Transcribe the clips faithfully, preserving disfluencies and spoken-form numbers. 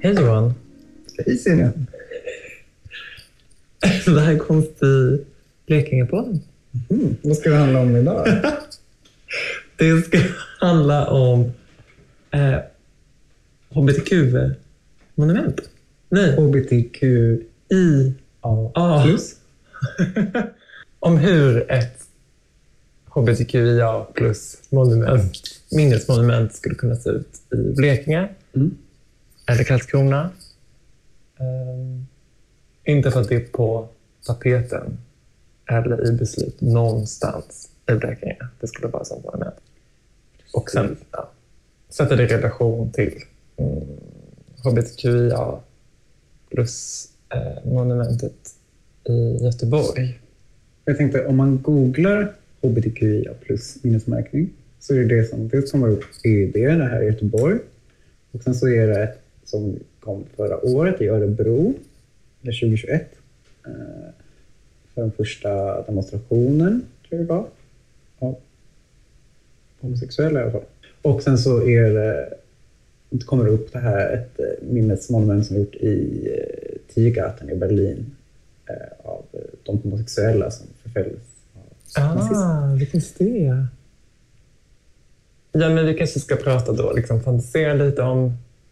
Hej Johan. Hej Sina. Det här är konstig Blekinge-podden. Mm, vad ska det handla om idag? Det ska handla om eh, H B T Q-monument. Nej. H B T Q I A plus. Om hur ett H B T Q I A plus monument, minnesmonument skulle kunna se ut i Blekinge. Mm. Eller Karlskrona. Um, inte för att det är på tapeten eller i beslut någonstans i Blekinge. Det skulle vara som monument. Och sen ja, sätta det i relation till mm, H B T Q I A plus eh, monumentet i Göteborg. Jag tänkte, om man googlar H B T Q I A plus minnesmärkning så är det det som dels kommer upp E D, det här i Göteborg. Och sen så är det ett som kom förra året i Örebro, eller tjugohundratjugoett, eh, för den första demonstrationen, tror jag det var, av homosexuella i alla fall. Och sen så är det, det kommer upp det här ett minnesmonument som gjort i eh, Tiergarten i Berlin eh, av de homosexuella som förföljdes av nazism. Ah, vilken det. Ja, men vi kanske ska prata då, liksom fantisera lite om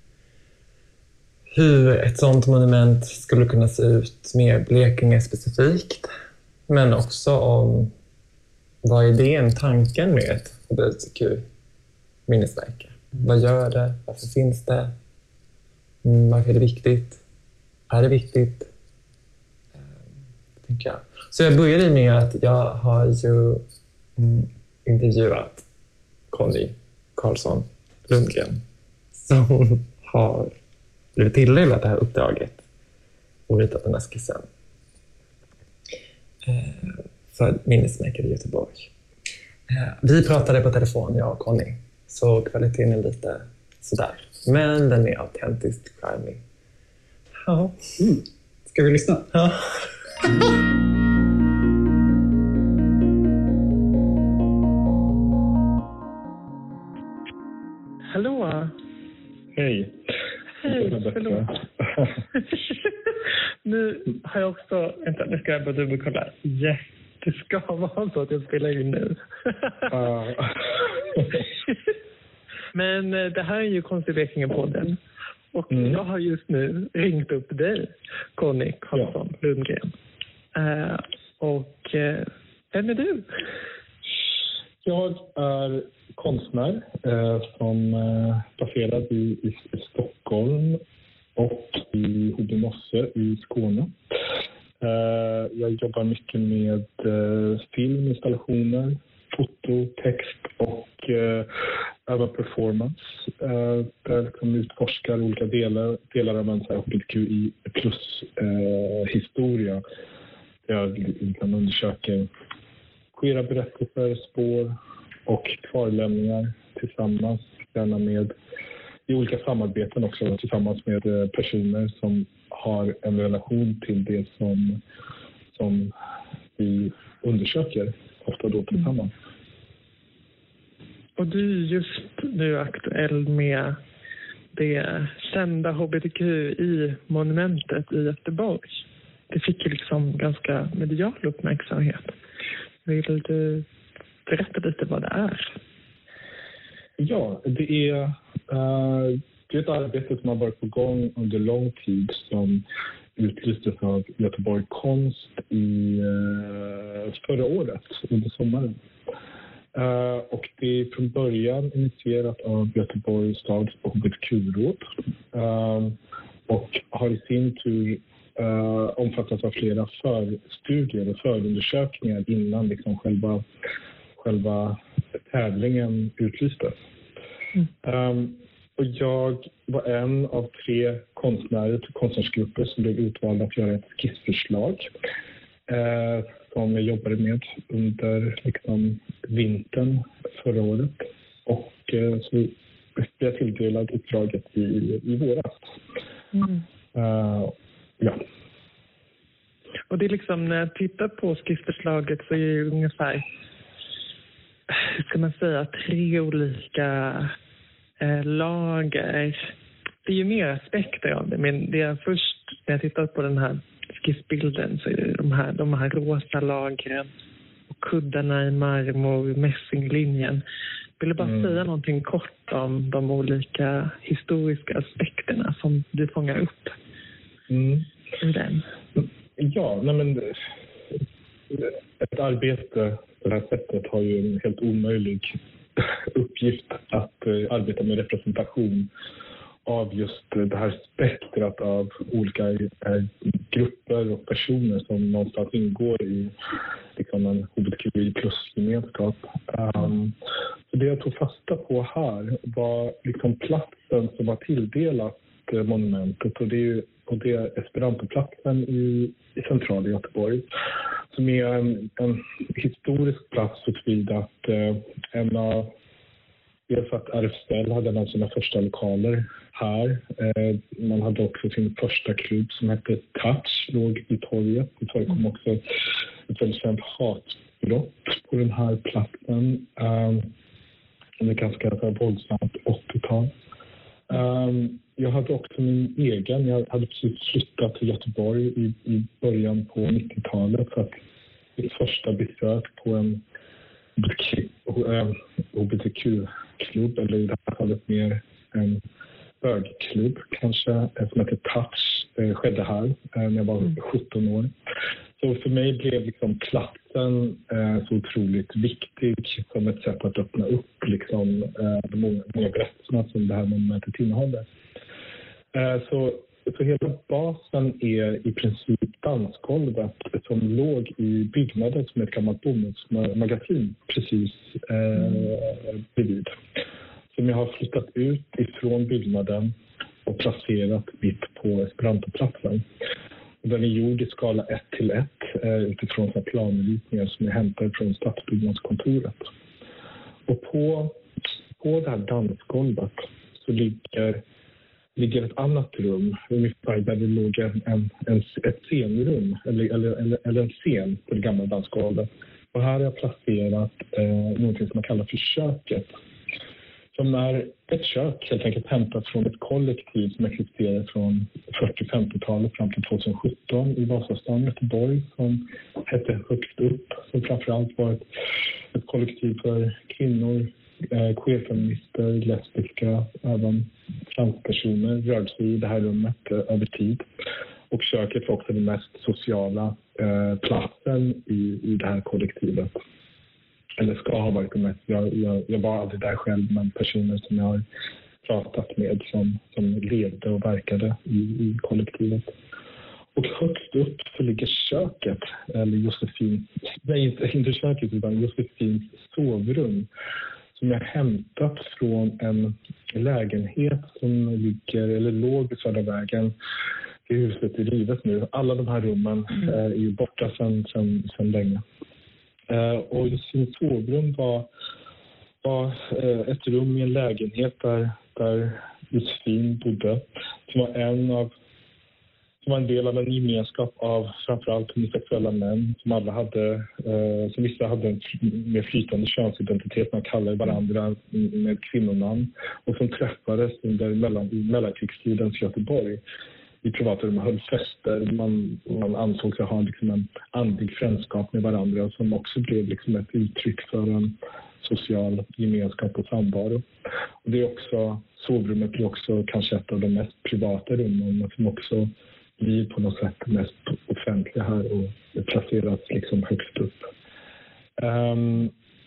hur ett sånt monument skulle kunna se ut mer Blekinge specifikt. Men också om vad är det tanken med ett H B T Q-minnesmärke? Mm. Vad gör det? Varför finns det? Mm, varför är det viktigt? Är det viktigt? Um, tänker jag. Så jag började med att jag har ju mm, intervjuat Conny Karlsson Lundgren som har blivit tilldelad det här uppdraget och ritat den här skissen eh, för minnesmärket i Göteborg. Eh, vi pratade på telefon, jag och Conny, så kvaliteten är lite sådär. Men den är autentiskt charmig. Ja. Mm. Ska vi lyssna? Ja. Hallå! Hej! Hej, förlåt. Nu har jag också... Vänta, nu ska jag bara dubbelkolla. Yes, det ska vara så att jag spelar in nu. uh. Men det här är ju Konstig Blekinge-podden. Och mm. jag har just nu ringt upp dig, Conny Karlsson ja. Lundgren. Uh, och uh, vem är du? Jag är konstnär eh, som är baserad i, i Stockholm och i Hobymosse i Skåne. Eh, jag jobbar mycket med eh, filminstallationer, foto, text och eh, även performance. Eh, där jag liksom utforskar olika delar, delar av en H B T Q I plus eh, historia. Jag liksom undersöker queera berättelser, spår och kvarlämningar tillsammans, gärna med i olika samarbeten också tillsammans med personer som har en relation till det som, som vi undersöker, ofta då tillsammans. Och du är just nu aktuell med det kända H B T Q I-monumentet i Göteborg. Det fick liksom ganska medial uppmärksamhet. Vill du berätta lite vad det är? Ja, det är, uh, det är ett arbete som har varit på gång under lång tid som utlystes av Göteborg Konst i uh, förra året, under sommaren. Uh, och det är från början initierat av Göteborgs stads H B T Q-råd uh, och har i sin tur uh, omfattats av flera förstudier och förundersökningar innan liksom själva själva tävlingen utlystes. Mm. Um, och jag var en av tre konstnärer till konstnärsgrupper som blev utvalda att göra ett skissförslag uh, som jag jobbade med under liksom, vintern förra året. Och uh, så blev jag tilldelad uppdraget i, i våras. Mm. Uh, ja. Och det är liksom, när jag tittar på skissförslaget så är det ungefär, hur ska man säga, tre olika eh, lager det är ju mer aspekter av det. Men det är först när jag tittar på den här skissbilden så är det de här, de här rosa lagren och kuddarna i marmor, mässinglinjen. Vill du bara mm. säga någonting kort om de olika historiska aspekterna som du fångar upp mm. i den? Ja, nej men ett arbete på det här sättet har ju en helt omöjlig uppgift att arbeta med representation av just det här spektrat av olika grupper och personer som någonstans ingår i liksom en H B T Q I plus-gemenskap. Um, så det jag tog fasta på här var liksom platsen som var tilldelat monumentet, och det är ju och det är Esperantoplatsen i, i centrala Göteborg, som är en, en historisk plats så tillvida att eh, en av dels att R F S L hade en av sina första lokaler här. Eh, man hade också sin första klubb som hette Touch, låg i torget. Det förekom också ett väldigt känt hatbrott på den här platsen. Eh, det är ganska våldsamt åttiotal. Um, jag hade också min egen, jag hade precis flyttat till Göteborg i, i början på nittiotalet, så att mitt första besök på en H B T Q-klubb, eller i det här fallet mer en bögklubb kanske, som heter Touch, skedde här när jag var sjutton år. Så för mig blev liksom platsen eh, så otroligt viktig som ett sätt att öppna upp liksom, eh, de många, många berättelserna som det här monumentet innehåller. Eh, så, så hela basen är i princip dansgolvet som låg i byggnaden som ett gammalt bomullsmagasin precis eh, bredvid. Som jag har flyttat ut ifrån byggnaden och placerat mitt på Esperantoplatsen. Den är gjord i skala ett till ett eh, utifrån planritningar som är hämtade från stadsbyggnadskontoret. Och på, på det här dansgolvet så ligger, ligger ett annat rum, ungefär där det låg en, en, en, ett scenrum eller, eller, eller, eller en scen på det gamla dansgolvet. Och här har jag placerat eh, något som man kallar för köket. Som är ett kök helt enkelt hämtat från ett kollektiv som existerade från fyrtio-femtiotalet fram till tjugohundrasjutton i Vasastan, Göteborg, som hette Högst upp, som framförallt var ett, ett kollektiv för kvinnor, eh, queerfeminister, lesbiska, även transpersoner rörde sig i det här rummet eh, över tid. Och köket var också den mest sociala eh, platsen i, i det här kollektivet. Eller ska ha varit med. Jag, jag, jag var aldrig där själv, men personer som jag har pratat med som, som levde och verkade i, i kollektivet. Och högst upp så ligger köket, eller Josefins, nej inte, inte köket utan Josefins sovrum, som jag hämtat från en lägenhet som ligger, eller låg vid Södra vägen. Det huset är rivet nu. Alla de här rummen mm. är ju borta sedan, sedan, sedan länge. Uh, och sin sovrum var, var uh, ett rum i en lägenhet där, där Josefin bodde. Som var, en av, som var en del av en gemenskap av framförallt homosexuella män. Som alla hade, uh, som vissa hade en mer flytande könsidentitet. Man kallade varandra med kvinnonamn. Och som träffades under mellan, i mellankrigstidens Göteborg. I privata rum höll fester. Man, man ansåg sig ha liksom en andlig frändskap med varandra som också blev liksom ett uttryck för en social gemenskap och samvaro. Och det är också, sovrummet är också kanske ett av de mest privata rummen som också blir på något sätt mest offentliga här och placeras liksom högst upp. Um,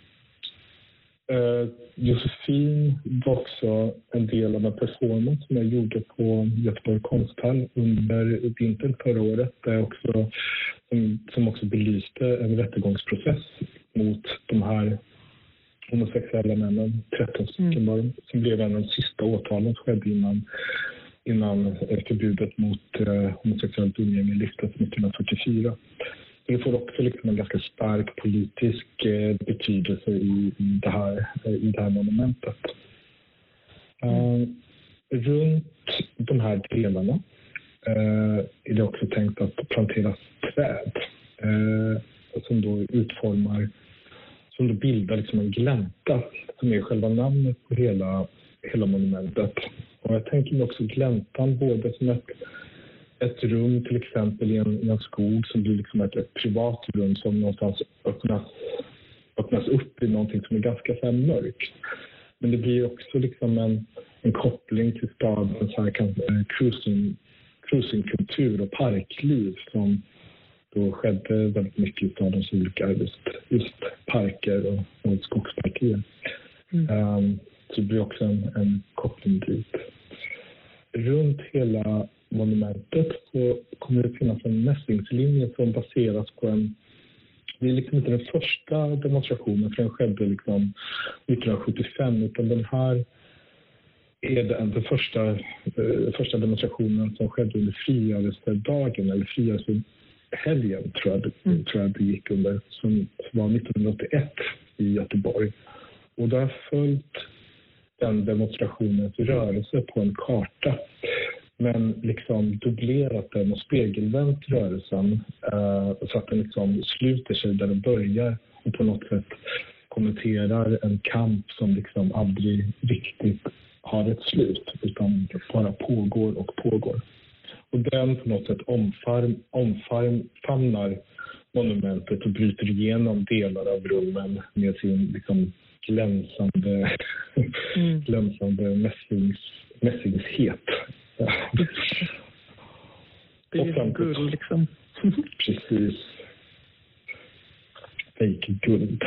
Uh, Josefin var också en del av en performance som jag gjorde på Göteborg Konsthall under vintern förra året, där också, som, som också belyste en rättegångsprocess mot de här homosexuella männen, tretton stycken var, som blev en av de sista åtalen som skedde innan, innan förbudet mot uh, homosexuellt umgänge lyftes nittonhundrafyrtiofyra. Det får också liksom en ganska stark politisk eh, betydelse i, i, det här, i det här monumentet. Uh, runt de här delarna uh, är det också tänkt att planteras träd uh, som då utformar, som då bildar liksom en glänta som är själva namnet på hela, hela monumentet. Och jag tänker mig också gläntan både som ett, ett rum till exempel i en, i en skog som blir liksom ett, ett privat rum som någonstans öppnas, öppnas upp i någonting som är ganska så här mörkt. Men det blir också liksom en, en koppling till stadens här kan, eh, cruising, cruisingkultur och parkliv som då skedde väldigt mycket i stadens olika just, just parker och, och skogsparker. Mm. Um, så det blir också en, en koppling dit. Runt hela monumentet så kommer det finnas en mässingslinje som baseras på en. Det är liksom inte den första demonstrationen, för den skedde liksom nittonhundrasjuttiofem, utan den här är den, den första, eh, första demonstrationen som skedde under frigörelsedagen eller frigörelsehelgen tror jag, mm. tror jag det gick under, som var nittonhundraåttioett i Göteborg. Och det har följt den demonstrationens rörelse på en karta. Men liksom dubblerat den och spegelvänt rörelsen eh, så att den liksom sluter sig där den börjar och på något sätt kommenterar en kamp som liksom aldrig riktigt har ett slut utan bara pågår och pågår. Och den på något sätt omfarm, omfamnar monumentet och bryter igenom delar av rummen med sin liksom glänsande, mm. glänsande mässings, mässingshet. Det är ju guld liksom. Precis. Fake guld.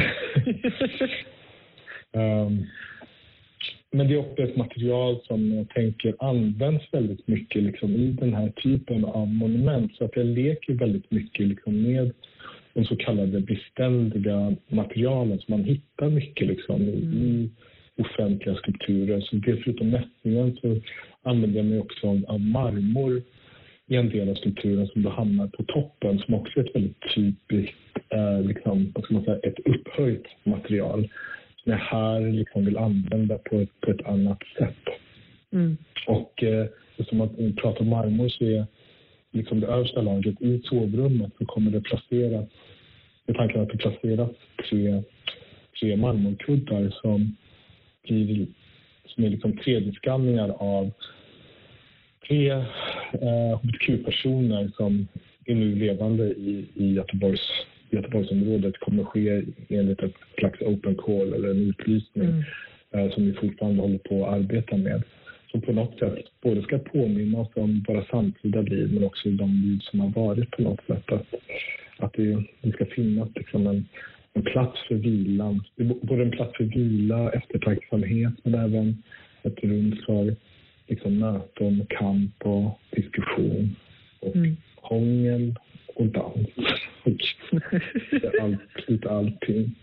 um, men det är också ett material som jag tänker används väldigt mycket liksom, i den här typen av monument. Så att jag leker väldigt mycket liksom, med de så kallade beständiga materialen som man hittar mycket liksom, mm. i offentliga skulpturer. Så det förutom mässingen så använder jag mig också av, av marmor i en del av skulpturen som då hamnar på toppen, som också är ett väldigt typiskt eh, liksom, vad ska man säga, ett upphöjt material som jag här liksom vill använda på ett, på ett annat sätt. Mm. Och eh, som att vi pratar om marmor så är liksom det översta laget i sovrummet så kommer det placeras, med tanken att det placeras tre, tre marmorkuddar som blir som är liksom tre D-skanningar av tre eh, H B T Q-personer som är nu levande i, i Göteborgs, Göteborgsområdet. Kommer ske enligt ett slags open call eller en utlysning mm. eh, som vi fortfarande håller på att arbeta med. Som på något sätt både ska påminna oss om våra samtida liv men också de liv som har varit på något sätt. Att, att det, det ska finnas liksom en En plats för vilan. Både en plats för vila, eftertanksamhet men även ett rum för liksom, möten, kamp och diskussion. Och mm. hångel och dans. Och allt, allting.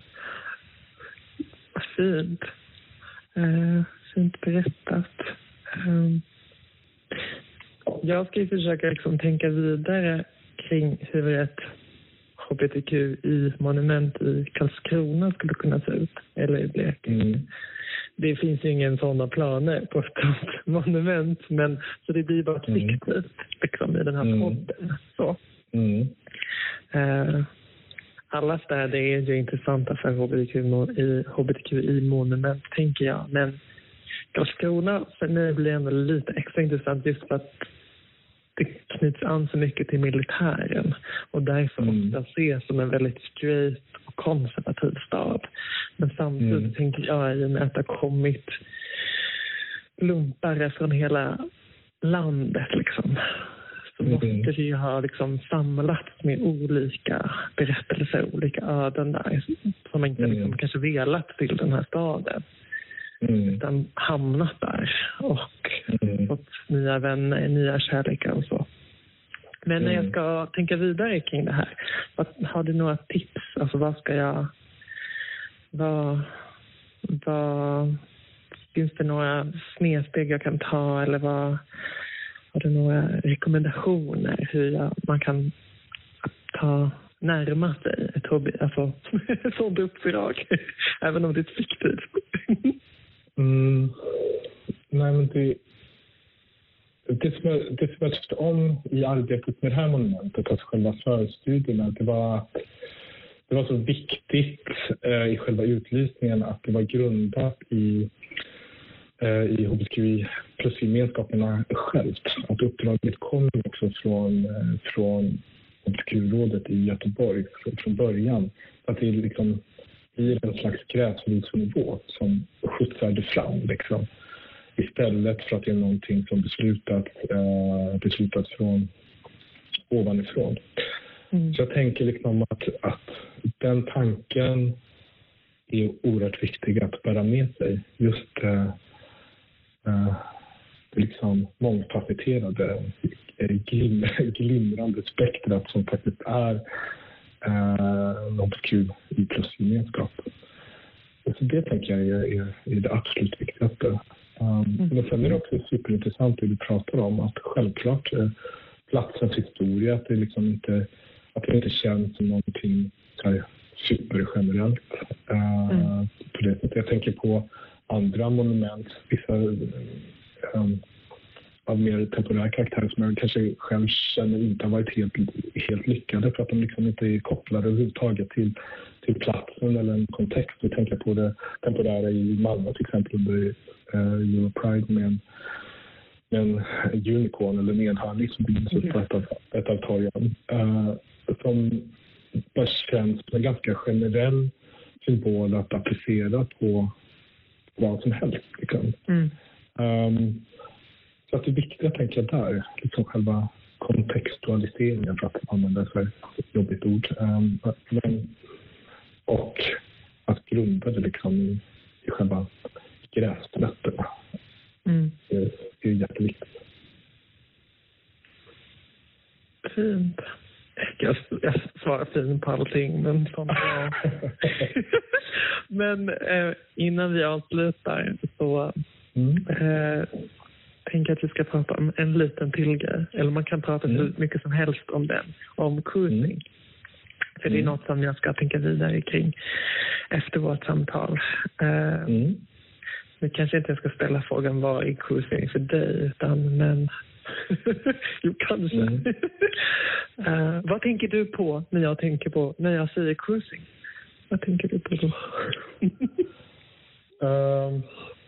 Fint. Uh, fint berättat. Um, jag ska ju försöka liksom, tänka vidare kring hur ett H B T Q I-monument i Karlskrona skulle kunna se ut, eller i Blekinge. Mm. Det finns ju ingen sådana planer på ett monument, men så det blir bara fiktivt mm. liksom, i den här mm. podden. Så. Mm. Uh, alla städer är ju intressanta för H B T Q I-monument, tänker jag. Men Karlskrona för mig blir ändå lite extra intressant just för att det knyts an så mycket till militären och därför mm. ofta ses som en väldigt straight och konservativ stad. Men samtidigt mm. tänker jag i och med att det har kommit lumpare från hela landet liksom, så mm. måste det ju ha liksom samlats med olika berättelser, olika öden där som inte mm. liksom kanske velat till den här staden. Mm. Utan hamnat där och mm. fått nya vänner, nya kärlekar och så. Men mm. när jag ska tänka vidare kring det här, vad, har du några tips? Alltså vad ska jag, vad, vad, finns det några snedsteg jag kan ta eller vad, har du några rekommendationer hur jag, man kan ta närma sig ett hobby, alltså ett sådant uppdrag, även om det är fiktivt? Mm. Nej, men det, det, som jag, det som jag tyckte om i arbetet med det här monumentet, alltså själva förstudierna, det var att det var så viktigt eh, i själva utlysningen att det var grundat i eh, i H B T Q I plus-gemenskaperna självt. Att uppdraget kom också från, eh, från H B T Q-rådet i Göteborg från, från början. Att det liksom blir en slags gräsrotsnivå som skjutsar det fram. Liksom. Istället för att det är någonting som beslutat, eh, beslutat från ovanifrån. Mm. Så jag tänker liksom att, att den tanken är oerhört viktig att bära med sig. Just eh, eh, det liksom mångfacetterade, glim, glimrande spektrat som faktiskt är eh, H B T Q I plus-gemenskap. Så det tänker jag är, är, är det absolut viktigaste. Um, mm. Men sen är det också superintressant det du pratar om, att självklart eh, platsens historia, att det liksom inte, att det inte känns som någonting så här supergenerellt. Uh, mm. På det sättet. Jag tänker på andra monument, vissa um, av mer temporära karaktärer som jag kanske själv känner inte har varit helt, helt lyckade för att de liksom inte är kopplade överhuvudtaget till, till platsen eller en kontext. Jag tänker på det temporära i Malmö till exempel under uh, Europride med en, med en unicorn eller en enhörning som byggs upp på ett av, ett av torgen. Uh, som bara känns som en ganska generell symbol att applicera på vad som helst. Liksom. Mm. Um, så att det viktiga tänker jag där, liksom själva kontextualiseringen för att använda ett jobbigt ord. Um, men, och att grunda det liksom i, i själva gräsrötterna. Mm. Det, det är jätteviktigt. Fint. Jag, jag svarar fint på allting, men som jag... Men eh, innan vi avslutar så mm. eh, tänker jag att vi ska prata om en liten till grej. Eller man kan prata mm. hur mycket som helst om den. Om cruising. Mm. För mm. det är något som jag ska tänka vidare kring efter vårt samtal. Eh, mm. Nu kanske inte jag ska ställa frågan vad är cruising för dig, utan men... jo, kanske. Mm. uh, vad tänker du på när jag tänker på när jag säger cruising? Vad tänker du på då? um,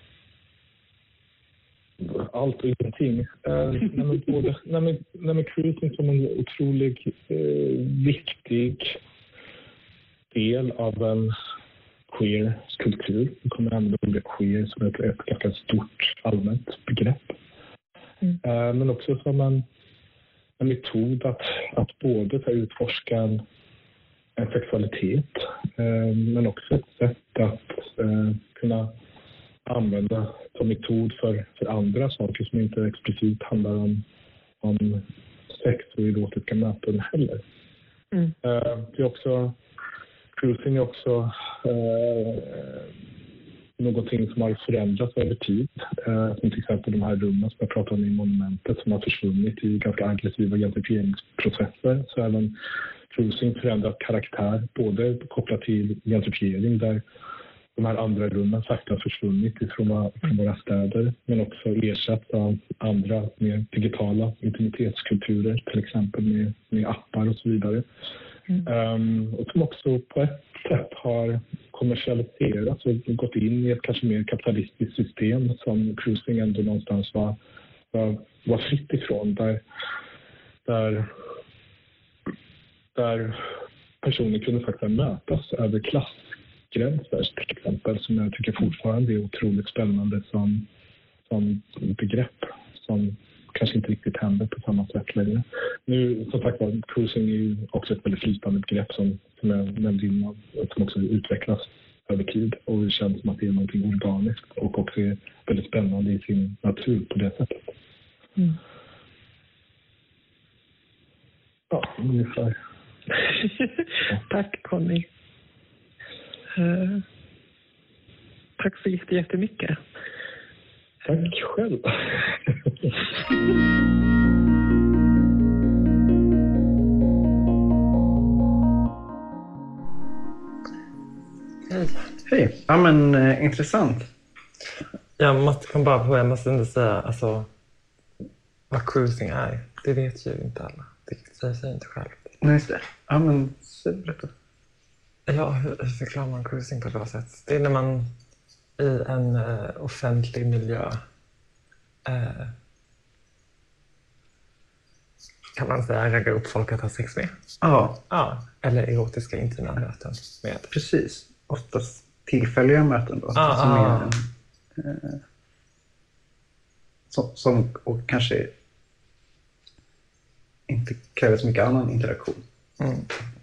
allt och ingenting. Uh, nej, men både, nej, men, nej, men cruising som en otrolig uh, viktig del av en queer kultur. Vi kommer att använda ordet queer som ett, ett ganska stort allmänt begrepp. Mm. Uh, men också som en, en metod att, att både ta utforska en, en sexualitet uh, men också ett sätt att uh, kunna använda som metod för, för andra saker som inte explicit handlar om, om sex och erotiska möten heller. Mm. Uh, det är också, cruising är också uh, någonting som har förändrats över tid. Eh, som till exempel de här rummen som jag pratade om i monumentet som har försvunnit i ganska aggressiva gentrifieringsprocesser. Så även cruising förändrat karaktär, både kopplat till gentrifiering där de här andra rummen sakta har försvunnit från, från våra städer, men också ersatts av andra mer digitala intimitetskulturer, till exempel med, med appar och så vidare. Mm. Um, och som också på ett sätt har kommersialiserats och gått in i ett kanske mer kapitalistiskt system som cruising ändå någonstans var, var, var fritt ifrån. Där, där, där personer kunde faktiskt mötas över klassgränser till exempel, som jag tycker fortfarande är otroligt spännande som, som begrepp som kanske inte riktigt händer på samma sätt längre. Nu, som sagt var, cruising är ju också ett väldigt flytande begrepp som, som jag nämnde innan, som också utvecklas över tid och det känns som att det är någonting organiskt och också är väldigt spännande i sin natur på det sättet. Mm. Ja, ungefär. Tack Conny. Uh, tack så jättemycket. Tack själv. Hej. Hej. Ja, men eh, intressant. Jag måste komma bara på, jag måste ändå säga alltså, vad cruising är. Det vet ju inte alla. Det säger sig inte själv. Nej, just det. Ja, men så berätta. Ja, hur, hur förklarar man cruising på ett bra sätt? Det är när man i en uh, offentlig miljö uh, kan man säga ragga upp folk att ha sex med. Ja, Ja, eller erotiska intima möten med. precis. Oftast tillfälliga möten då. Ah, som, ah. är, eh, som, som och kanske inte kräver så mycket annan interaktion. Mm.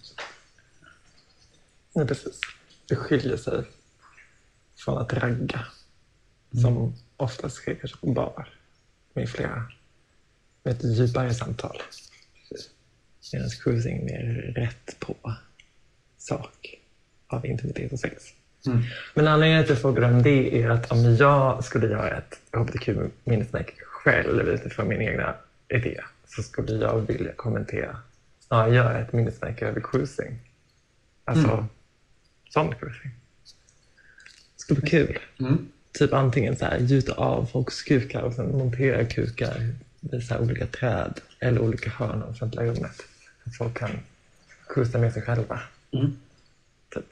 Ja, precis. Det skiljer sig från att ragga mm. som oftast sker kanske på bar med flera, med ett djupare samtal. Medan cruising är mer rätt på sak av intimitet och sex. Mm. Men anledningen till att jag frågar om det är att om jag skulle göra ett H B T Q-minnesmärke själv utifrån min egna idé så skulle jag vilja kommentera, snarare göra ett minnesmärke över cruising. Alltså mm. sån cruising. Det skulle vara kul. Mm. Typ antingen så här, gjuta av folks kukar och sen montera kukar i så här olika träd eller olika hörn av offentliga rummet. Så att folk kan cruisa med sig själva. Mm. Typ.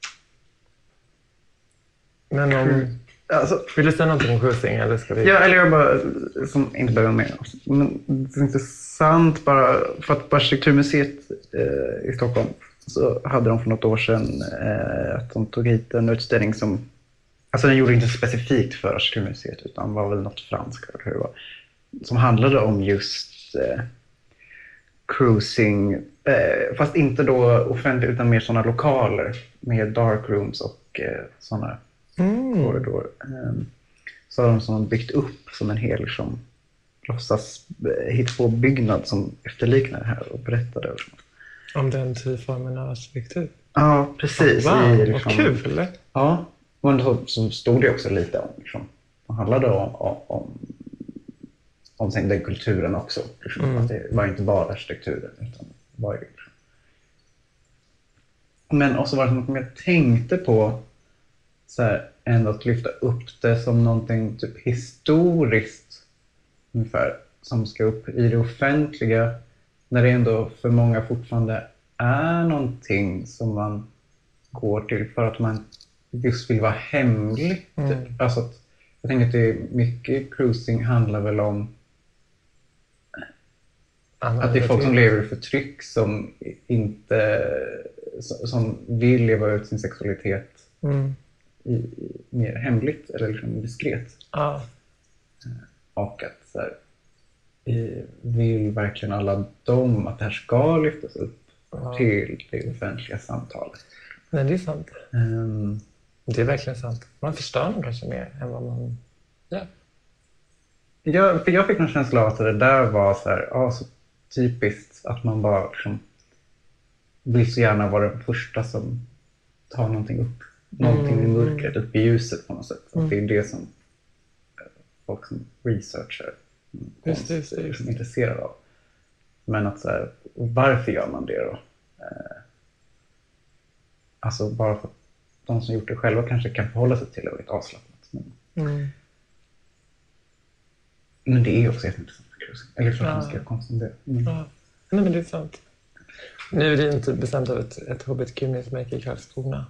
Men om... Alltså, vill du säga någonting om cruising? Eller ska vi... Ja, eller jag bara, som inte behöver med. Men det är intressant bara, för att på Arkitekturmuseet eh, i Stockholm så hade de för något år sedan eh, att de tog hit en utställning som, alltså den gjorde inte specifikt för Arkitekturmuseet utan var väl något franskt eller hur det var, som handlade om just eh, cruising, eh, fast inte då offentligt utan mer sådana lokaler med dark rooms och eh, sådana mm. korridorer. Um, så har de som byggt upp som en hel som låtsas hitta på byggnad som efterliknar det här och berättade. Och om den typformen av arkitektur? Ja, precis. Oh, wow, I, liksom, vad kul! Ja, och så, så stod det också lite om, liksom, det handlade om, om, om, om den kulturen också. Liksom, mm. Att det var inte bara arkitekturen utan var ju, liksom. Men också var det som jag tänkte på så här, ändå att lyfta upp det som någonting typ historiskt ungefär, som ska upp i det offentliga när det ändå för många fortfarande är någonting som man går till för att man just vill vara hemlig. Mm. Alltså att, jag tänker att det är mycket cruising handlar väl om Anna, att det är folk som lever i förtryck som inte som vill leva ut sin sexualitet mm. i, i, mer hemligt eller liksom diskret. Ah. Och att så här, vill verkligen alla dem att det här ska lyftas upp ah. till det offentliga samtalet. Nej, det är sant. Um, det är verkligen sant. Man förstör nog kanske mer än vad man gör. Ja, för jag fick en känsla av att det där var så här, ja, så typiskt att man bara liksom vill så gärna vara den första som tar någonting upp. Någonting mm. i mörkret, upp i ljuset på något sätt. Mm. Att det är det som folk som researchar just, just, just. är intresserade av. Men att så här, varför gör man det då? Eh, alltså bara för att de som gjort det själva kanske kan förhålla sig till det och ett avslappnat. Men, mm. men det är ju också jätteintressant för cruising. Eller för att ja. man ska konst om det. Mm. Ja. Nej, men det är sant. Nu är det inte bestämt av ett, ett H B T Q-minnesmärke i Karlskrona.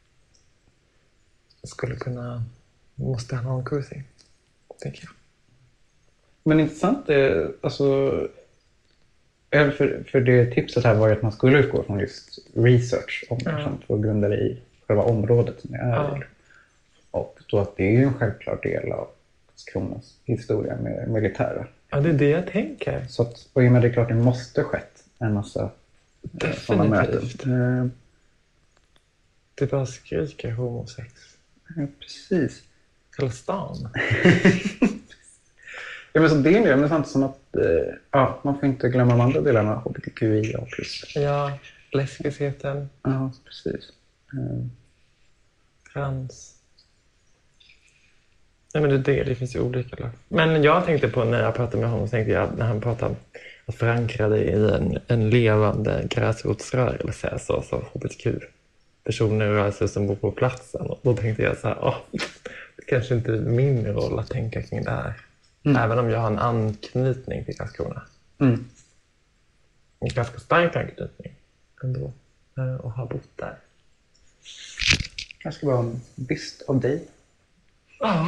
Skulle kunna, måste ha en cruising, tänker jag. Men intressant är, alltså, för, för det tipset här var ju att man skulle utgå från just research om ja. liksom, för att grunda det i själva området som det är. Ja. Och då att det är ju en självklar del av Karlskronas historia med militära. Ja, det är det jag tänker. Så att, och i och med det är klart det måste skett en massa sådana möten. Det bara skriker homosex. Ja, precis. Hela stan. Ja, men så det är det, men sant som att eh, ja, man får inte glömma de andra delarna av H B T Q I A plus. Ja, lesbisheten. Ja, precis. Mm. Trans. Nej, men det är det, det finns ju olika. Men jag tänkte på när jag pratade med honom, så tänkte jag när han pratade om att förankra det i en, en levande gräsrotsrörelse, så, så H B T Q-personer och rörelser som bor på platsen. Och då tänkte jag så här, åh, det kanske inte är min roll att tänka kring det här. Mm. Även om jag har en anknytning till Karlskrona. Mm. En ganska stark anknytning ändå. Och har bott där. Jag ska vara en byst av dig. Ja.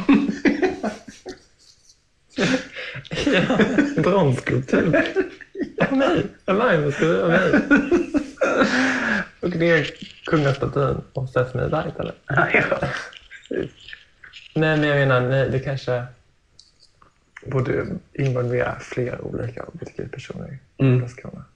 Ja, bronsskulptur. Av mig. Av mig, vad ska du av mig? Och det är kungastatyn och Sesame Light, eller? Ja. Nej, men jag menar, nej, det kanske borde involvera flera olika H B T Q-personer i Mm. Karlskrona.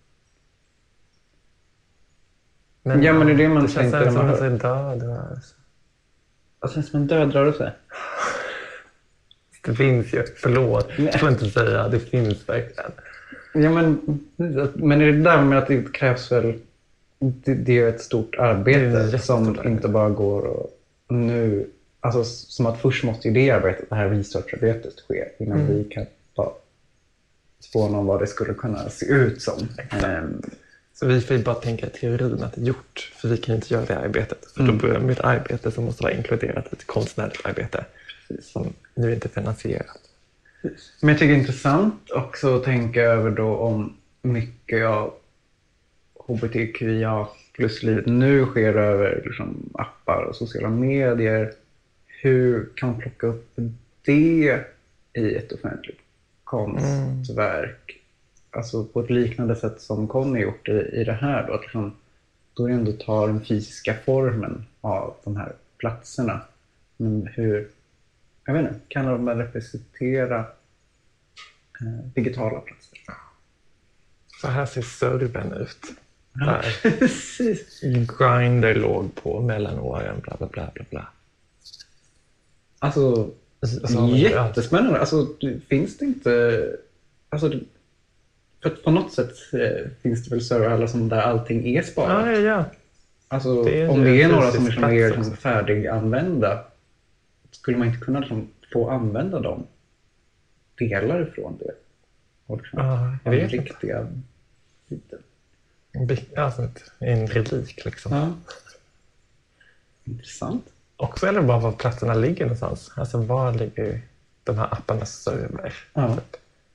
Ja, men det är det man det känns tänker när man som hör. en död rörelse. Och sen som en död rörelse. Det finns ju, förlåt, Nej. jag får inte säga, det finns verkligen. Ja, men, men är det där med att det krävs väl... Det, det är ett stort arbete Det är ett jättestort som arbete. inte bara går och nu... Alltså som att först måste ju det arbetet, det här researcharbetet ske innan Mm. vi kan ta få någon vad det skulle kunna se ut som. Ehm, Så vi får ju bara tänka i teorin att det är gjort, för vi kan ju inte göra det arbetet. För Mm. då börjar med ett arbete som måste vara inkluderat i ett konstnärligt arbete som nu inte är finansierat. Men jag tycker det är intressant också att tänka över då om mycket av H B T Q I A plus-livet nu sker över liksom appar och sociala medier. Hur kan man plocka upp det i ett offentligt konstverk? Mm. Alltså på ett liknande sätt som Conny gjort i, i det här. Då, att liksom, då är det ändå tar den fysiska formen av de här platserna. Men hur, jag vet inte, kan de representera eh, digitala platser? Så här ser servern ut. Där Precis. Grindr låg på mellanåren, bla bla bla bla bla. Alltså, Alltså, jättespännande. Alltså, det- finns det inte... Alltså, det, för att på något sätt eh, finns det väl serverhallar som där allting är sparat. Ja, ja, ja. Alltså, Det är om ju det är en några fysisk som liksom plats är också. liksom färdiganvända, skulle man inte kunna liksom få använda dem delar ifrån det? Och liksom Ja, jag ha vet den inte. riktiga biten. En bi- Alltså ett, en relik liksom. Ja. Intressant. Och så är det bara var platserna ligger någonstans. Alltså var ligger de här apparnas server? Ja. Typ.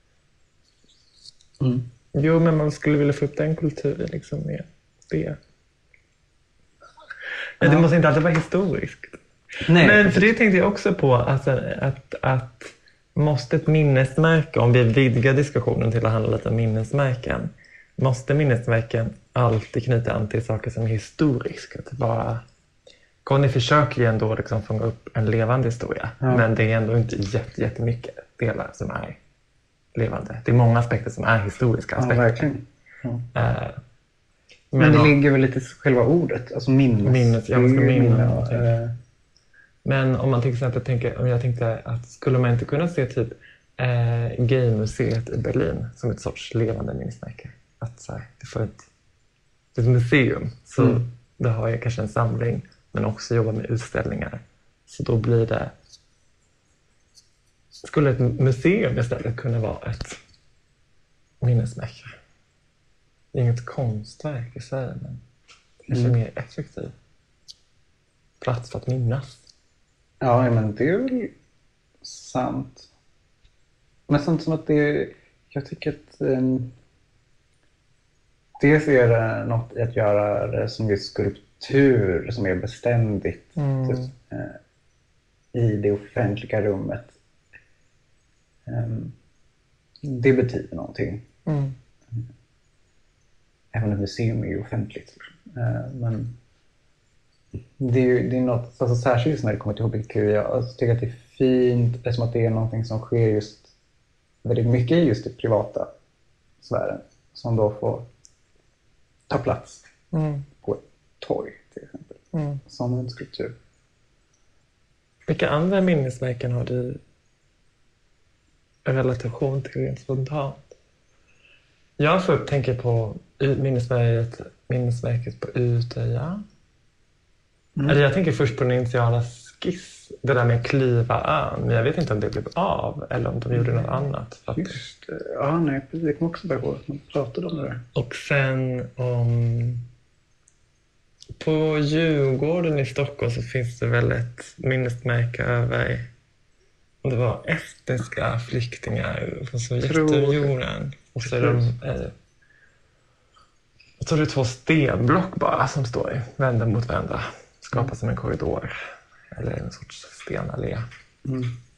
Mm. Jo, men man skulle vilja få upp den kulturen liksom med det. Men det Ja. måste inte alltid vara historiskt. Nej, Men för det tänkte jag också på, alltså, att, att måste ett minnesmärke, om vi vidgar diskussionen till att handla lite om minnesmärken, måste minnesmärken alltid knyta an till saker som är historiska? Att bara, Conny försöker ju ändå liksom fånga upp en levande historia, Ja. men det är ändå inte jätte, jättemycket delar som är levande. Det är många aspekter som är historiska ja, aspekter. verkligen. Ja. Eh, Men, men, det om- ligger väl lite i själva ordet, alltså minnes. Minnes, ja, man ska Det är ju minna minne, någonting. eh, men om man till exempel tänker, om jag tänkte att skulle man inte kunna se typ eh, Gaymuseet i Berlin som ett sorts levande minnesmärke? Att så här, det får ett, det är ett museum, så Mm. det har jag kanske en samling, men också jobbar med utställningar. Så då blir det, skulle ett museum istället kunna vara ett minnesmärke? Det är inget konstverk i sig, men kanske Mm. mer effektiv plats för att minnas. Ja, men det är väl sant. Men sånt som att det, jag tycker att um, dels är det något i att göra det som är skulptur som är beständigt Mm. typ, eh, i det offentliga rummet. Um, det betyder någonting. Mm. Även ett museum är ju offentligt. Eh, men det är ju det är något, alltså särskilt när det kommer till H B T Q I A, alltså, jag tycker att det är fint eftersom att det är någonting som sker just väldigt mycket i just det privata sfären som då får ta plats Mm. på ett torg till exempel, Mm. som en skulptur. Vilka andra minnesmärken har du en relation till rent spontant? Jag så tänker på minnesmärket, minnesmärket på Utöja. Mm. Eller jag tänker först på den initiala skiss, det där med att kliva ön. Men jag vet inte om det blev av eller om de gjorde något annat. För att- Just det. Ja, nej, precis. Jag kommer också börja ihåg att man pratade om det där. Och sen om... På Djurgården i Stockholm så finns det väl ett minnesmärke över om det var estniska flyktingar från Sovjetunionen. Och så är de... Eh, jag tror det är två stenblock bara som står vända mot varandra. Skapar som en korridor. Eller en sorts stenallé. Mm.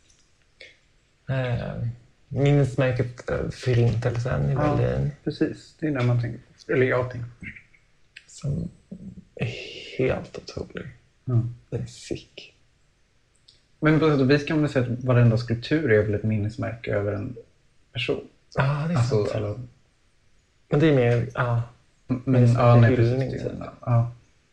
Eh, minnesmärket eh, Förintelsen i Ja, Berlin. precis. Det är där man tänker på. Eller jag tänker på. Som är helt otrolig. Mm. Den är sick. Men på sätt och vis kan man säga att varenda skulptur är väl ett minnesmärke över en person. Ja, det är Alltså, sant. eller, Men det är mer... Ja, men, Minnesmärke ja, nej, hyllning, precis. typ. Ja.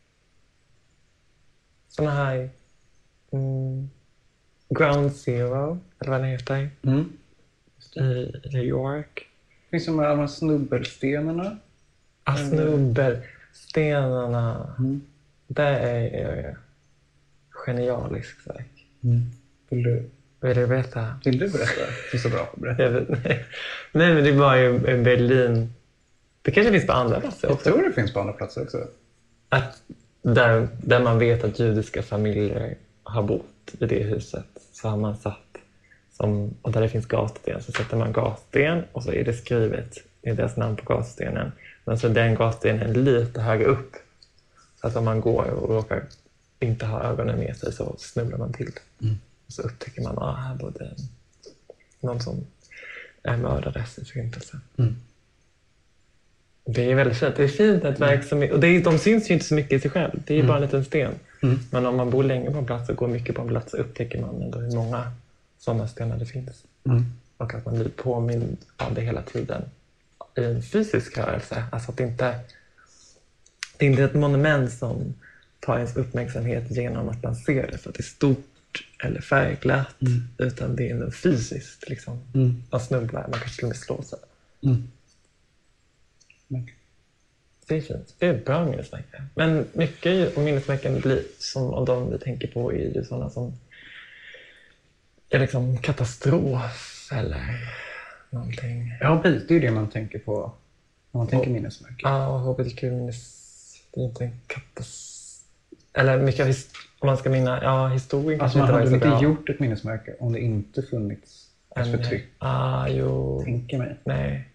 såna här... Mm, Ground Zero, eller vad den heter. Mm. I New York. Finns de här alla snubbelstenarna? Ah, snubbelstenarna. Mm. Det är, är genialiskt verk. Mm. Vill, du, Vill du veta? vill du berätta? Du är så bra på att berätta. Jag vet, nej. nej, men det var ju i Berlin. Det kanske finns på andra platser Jag också. tror det finns på andra platser också. Att där, där man vet att judiska familjer har bott i det huset, så har man satt som, och där det finns gatsten, så sätter man gatsten och så är det skrivet i deras namn på gatstenen. Men så är den gatstenen lite högre upp, så att om man går och råkar inte ha ögonen med sig så snubblar man till det. Mm. Och så upptäcker man att ah, här bodde någon som är mördades i Förintelsen. Mm. Det är väldigt fint. Det är fint ett verk som är, och det är, de syns ju inte så mycket i sig själv. Det är ju Mm. bara en liten sten. Mm. Men om man bor länge på en plats och går mycket på en plats så upptäcker man ändå hur många sådana stenar det finns. Mm. Och att man blir påmind av det hela tiden i en fysisk rörelse. Alltså att det inte det är inte ett monument som tar ens uppmärksamhet genom att man ser det för att det är stort eller färgglatt. Mm. Utan det är ändå fysiskt. Liksom. Mm. Man snubblar, man kanske till och med slår sig. Mm. Mm. Det är fint. Det är ett bra minnesmärke. Men mycket av minnesmärken blir som av de vi tänker på är ju sådana som är liksom katastrof eller någonting. Ja, precis. Det är ju det man tänker på när man tänker Och- minnesmärke. Ja, och H B T Q-minnes... Det är inte en katastrof... Eller mycket his- om man ska minna... Ja, historien Alltså kanske man inte hade var så inte bra. gjort ett minnesmärke om det inte funnits ett En- förtryck. Ah, jo... Tänker mig. Nej.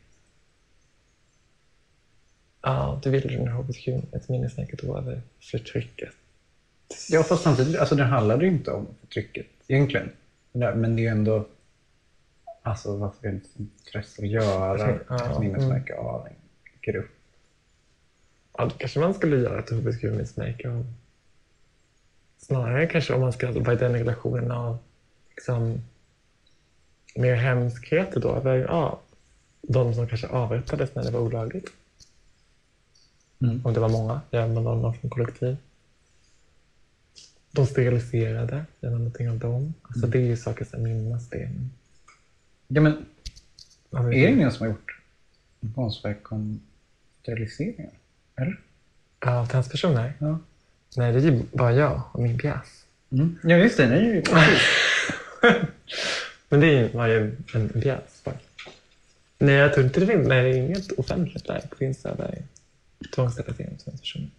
Ja, du vill under H B T Q ett minnesmärke då över förtrycket. Ja, fast samtidigt, alltså det handlade ju inte om förtrycket egentligen. Men det är ju ändå, alltså varför är det inte intresse att göra Ja, ett minnesmärke av en grupp? Ja, då kanske man skulle göra ett H B T Q-minnesmärke av... Snarare kanske om man ska vara i den relationen av liksom, mer hemskheter då över ja, de som kanske avrättades när det var olagligt. Mm. Om det var många, gör man någon från kollektiv. De steriliserade, gör man någonting av dem. Alltså Mm. det är ju saker som minnas det. Ja, men Ja, men- är det ingen som har gjort konstverk om steriliseringar? Eller? Ja, transpersoner? Ja. Nej, det är ju bara jag och min pjäs. Mm. Ja, just det. Nej, precis. Men det var ju en pjäs bara. Nej, jag tror inte det finns. Nej, det är inget offentligt verk. Det finns över tvångssterilisering av transpersoner.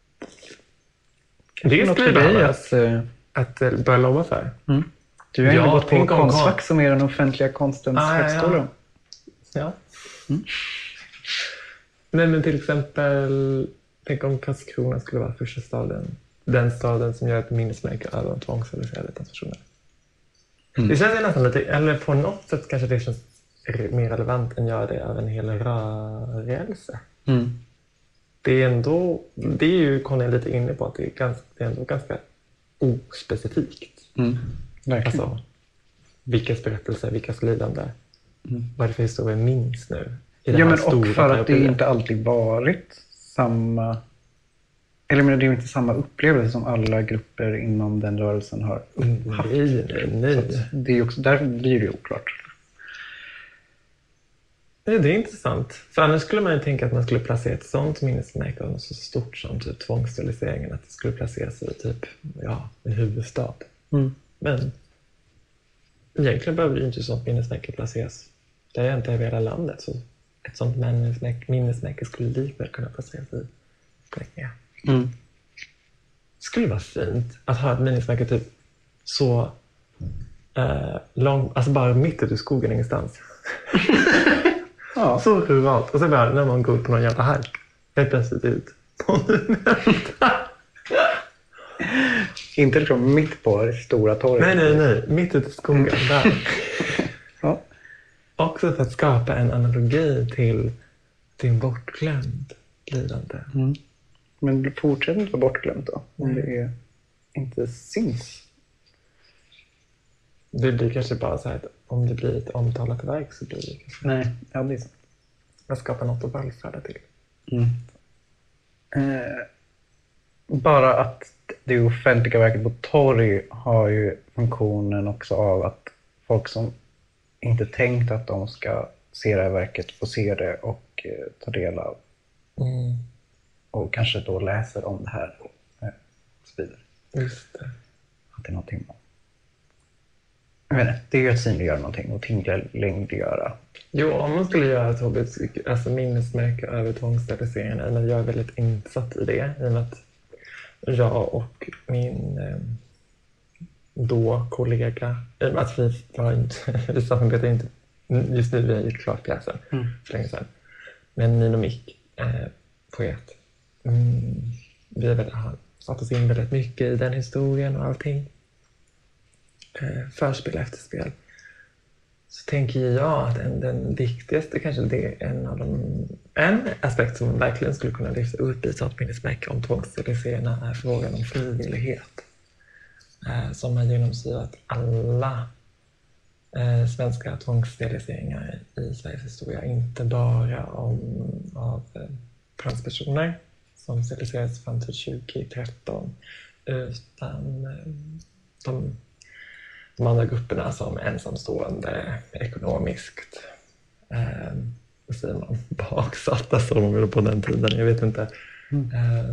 Det Något skulle för dig behövas att, eh, att eh, börja lova för. mm. Du har ju Ja, gått på tänk om Konstfack konst. som är den offentliga konstens Ah, ja, ja. högskola. Ja. Mm. Nej, men till exempel, tänk om Karlskrona skulle vara första staden. Den staden som gör ett minnesmärke över de tvångssteriliserade transpersoner. Mm. Det känns ju nästan lite, eller på något sätt kanske det känns re- mer relevant än göra det av en hel rörelse. Mm. Det är ändå, det är ju Conny lite inne på att det är, ganska, det är ändå ganska ospecifikt. Mm. Verkligen. Alltså, vilkas berättelser, vilkas lidande. Mm. Vad är det för historia minns nu? I det Ja, här men och stora för att det paraplyen. inte alltid varit samma... Eller men det är ju inte samma upplevelse som alla grupper inom den rörelsen har Mm, haft. nej, nej, Så nej. att det är också, därför blir det oklart. Nej, det är intressant. För annars skulle man ju tänka att man skulle placera ett sånt minnesmärke av något så stort som typ tvångssteriliseringen. Att det skulle placeras i typ, ja, en huvudstad. Mm. Men egentligen behöver ju inte ett sånt minnesmärke placeras. Det är inte över hela landet. Så ett sånt minnesmärke, minnesmärke skulle likväl kunna placeras i Blekinge. Mm. Det skulle vara fint att ha ett minnesmärke typ så eh, långt, alltså bara mitt ute i skogen ingenstans. Ja. Så ruralt. Och så bara när man går på någon jävla hike. Helt plötsligt ut. Inte liksom mitt på det stora torget. Nej, nej, nej. Mitt ute i skogen där. Ja. Också för att skapa en analogi till din bortglömd lidande. Mm. Men fortsätt inte vara bortglömt då. Om Mm. det är, inte syns. Det blir kanske bara så här att om det blir ett omtalat verk så blir det kanske Nej, ja, det är sant. att skapa något att vallfärda till. Mm. Eh, bara att det offentliga verket på torg har ju funktionen också av att folk som inte tänkt att de ska se det här verket får se det och eh, ta del av. Mm. Och kanske då läser om det här och eh, så vidare. Just det. Att det är någonting man... Jag vet inte, det är ju att synliggöra någonting och tillgängliggöra. Jo, om man skulle göra ett hobbit, alltså minnesmärke över tvångssteriliseringarna, men jag är väldigt insatt i det i och med att jag och min eh, då kollega, eh, att vi, var inte, vi samarbetar inte, just nu vi har gjort klart pjäsen Mm. för länge sedan, men min och Mick, eh, poet, mm, vi har väl satt oss in väldigt mycket i den historien och allting. Eh, förspel och efterspel. Så tänker jag att en, den viktigaste, kanske det är en av de, en aspekt som verkligen skulle kunna lyfta upp i ett minnesmärke om tvångssteriliseringarna är frågan om frivillighet. Eh, som har genomsyrat alla eh, svenska tvångssteriliseringar i Sveriges historia. Inte bara om, av eh, transpersoner som steriliserades fram till tjugo-tretton utan eh, de De andra grupperna som ensamstående, ekonomiskt, eh, vad säger man, baksatta som de på den tiden, jag vet inte. Mm. Eh,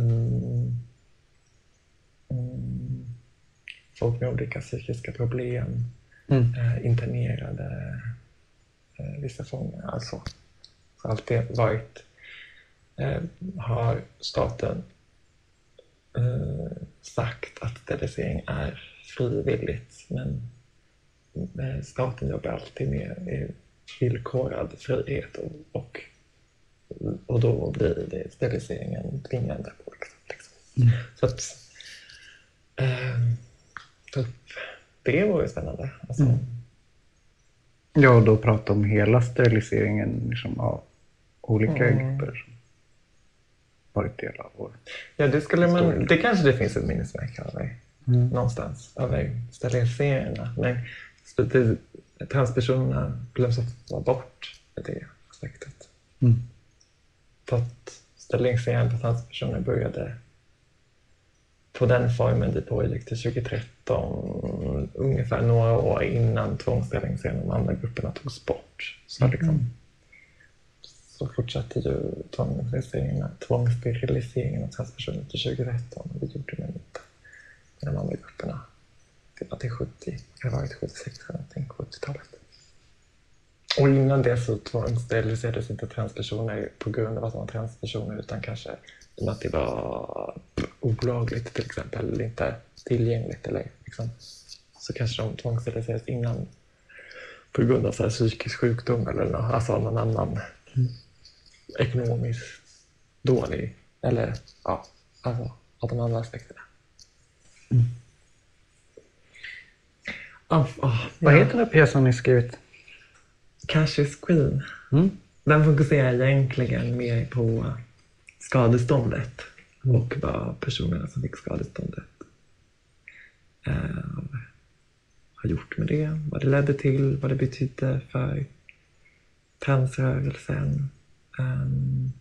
mm, folk med olika psykiska problem, Mm. eh, internerade, eh, vissa fångar, alltså. Så allt det varit, eh, har staten eh, sagt att sterilisering är frivilligt, men staten jobbar alltid med villkorad frihet och, och, och då blir det steriliseringen tvingande på liksom. Mm. Så att eh, så det var ju spännande. Alltså. Mm. Ja, och då prata om hela steriliseringen liksom, av olika Mm. grupper som varit del av vår. Ja, det skulle man, det kanske det finns ett minnesmärke över. Mm. Någonstans över steriliseringarna. Men det, transpersonerna glöms ofta bort i det aspektet. Mm. För att steriliseringen på transpersoner började på den formen det pågick till tjugo-tretton, ungefär några år innan tvångssteriliseringen de andra grupperna togs bort. Så, Mm. liksom, så fortsatte ju tvångssteriliseringen, tvångssteriliseringen av transpersoner till tjugo-tretton. Det gjorde man inte i de andra grupperna. Det var till sjuttio, det var till sjuttiosex eller någonting, sjuttiotalet. Och innan det så tvångssteriliserades inte transpersoner på grund av att de var transpersoner utan kanske i och med att det var olagligt till exempel, eller inte tillgängligt eller liksom. Så kanske de tvångssteriliserades innan på grund av så här psykisk sjukdom eller något, alltså någon annan mm. ekonomiskt dålig eller ja, alltså av de andra aspekterna. Mm. Oh, oh, Vad ja. heter den här pjäsen ni skrivit? Cassius Queen. Mm. Den fokuserar egentligen mer på skadeståndet mm. och vad personerna som fick skadeståndet eh, har gjort med det, vad det ledde till, vad det betydde för transrörelsen, um,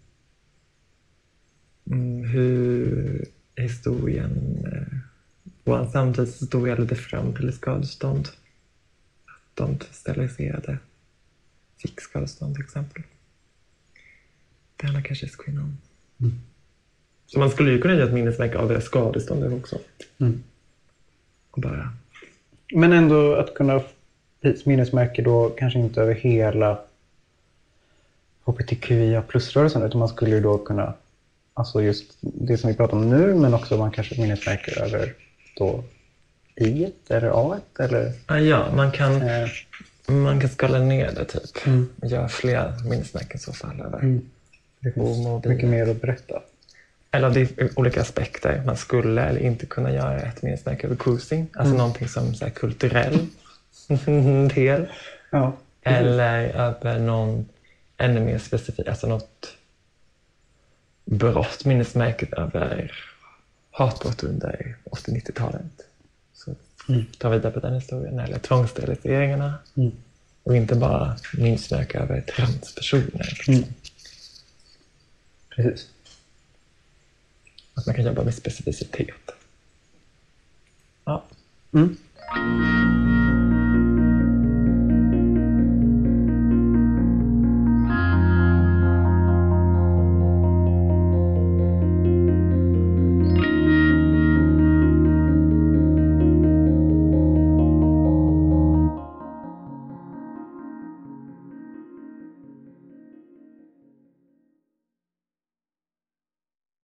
hur historien eh, vår samtidshistoria ledde fram till ett skadestånd. Att de steriliserade fick skadestånd till exempel. Det handlar kanske Queen om. Mm. Så man skulle ju kunna göra ett minnesmärke av det skadeståndet också. Mm. Och bara... Men ändå att kunna minnesmärke då kanske inte över hela H B T Q I A plus-rörelsen utan man skulle ju då kunna, alltså just det som vi pratar om nu, men också man kanske minnesmärker över då I ett eller A ett eller? Ja, man kan, eh. man kan skala ner det typ. Mm. Göra fler minnesmärken så fall över. Mm. Det finns mycket mer att berätta. eller det är olika aspekter. Man skulle eller inte kunna göra ett minnesmärke över cruising. Alltså mm. någonting som så här, kulturell del. Ja, eller över någon ännu mer specifik, alltså något brott, minnesmärket över hatbrott under åttio-nittiotalet. Så mm. ta vidare på den historien. Eller tvångssteriliseringarna. Mm. Och inte bara minnesmärke över transpersoner. Mm. Precis. Att man kan jobba med specificitet. Ja. Mm.